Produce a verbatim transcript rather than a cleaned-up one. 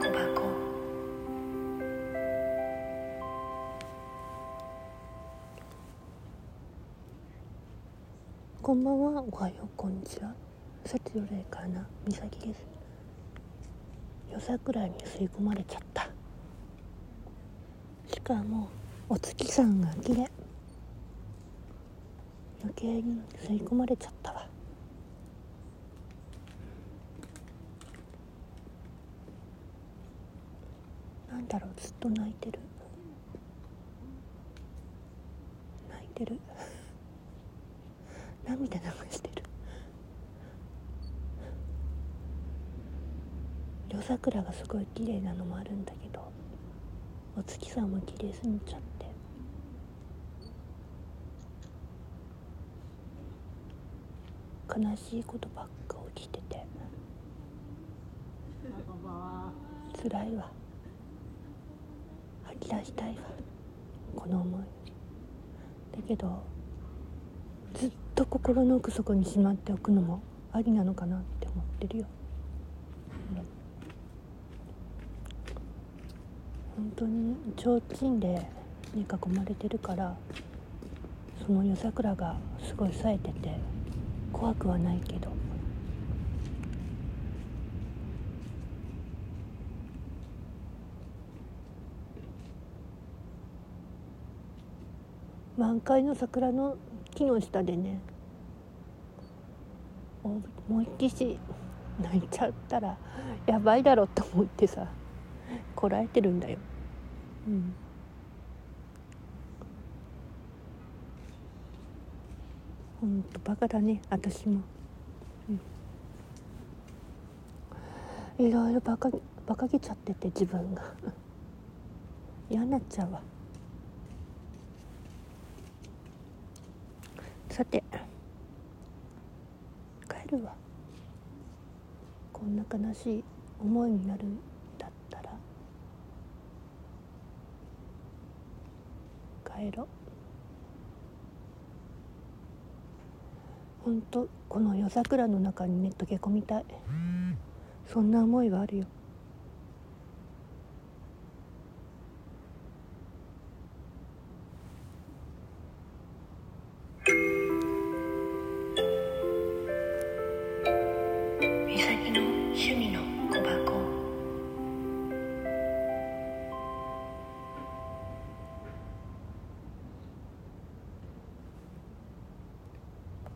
小箱。こんばんは、おはよう、こんにちは。さて、よれかな、みさきです。夜桜に吸い込まれちゃった。しかもお月さんが綺麗。余計に吸い込まれちゃったわ。なんだろう、ずっと泣いてる泣いてる涙流してる。夜桜がすごい綺麗なのもあるんだけど、お月さんも綺麗すぎちゃって、悲しいことばっか起きてて辛いわ。吐き出したいわ、この思い。だけどずっと心の奥底にしまっておくのもありなのかなって思ってるよ、うん、本当に提灯で、ね、囲まれてるから、その夜桜がすごい冴えてて怖くはないけど、満開の桜の木の下でね、思いっきし泣いちゃったらやばいだろうと思ってさ、こらえてるんだよ。うんほんとバカだね、私も、うん、いろいろバカバカげちゃってて自分が嫌になっちゃうわ。さて帰るわ。こんな悲しい思いになるんだったら帰ろう。ほんとこの夜桜の中にね溶け込みたい、そんな思いがあるよ。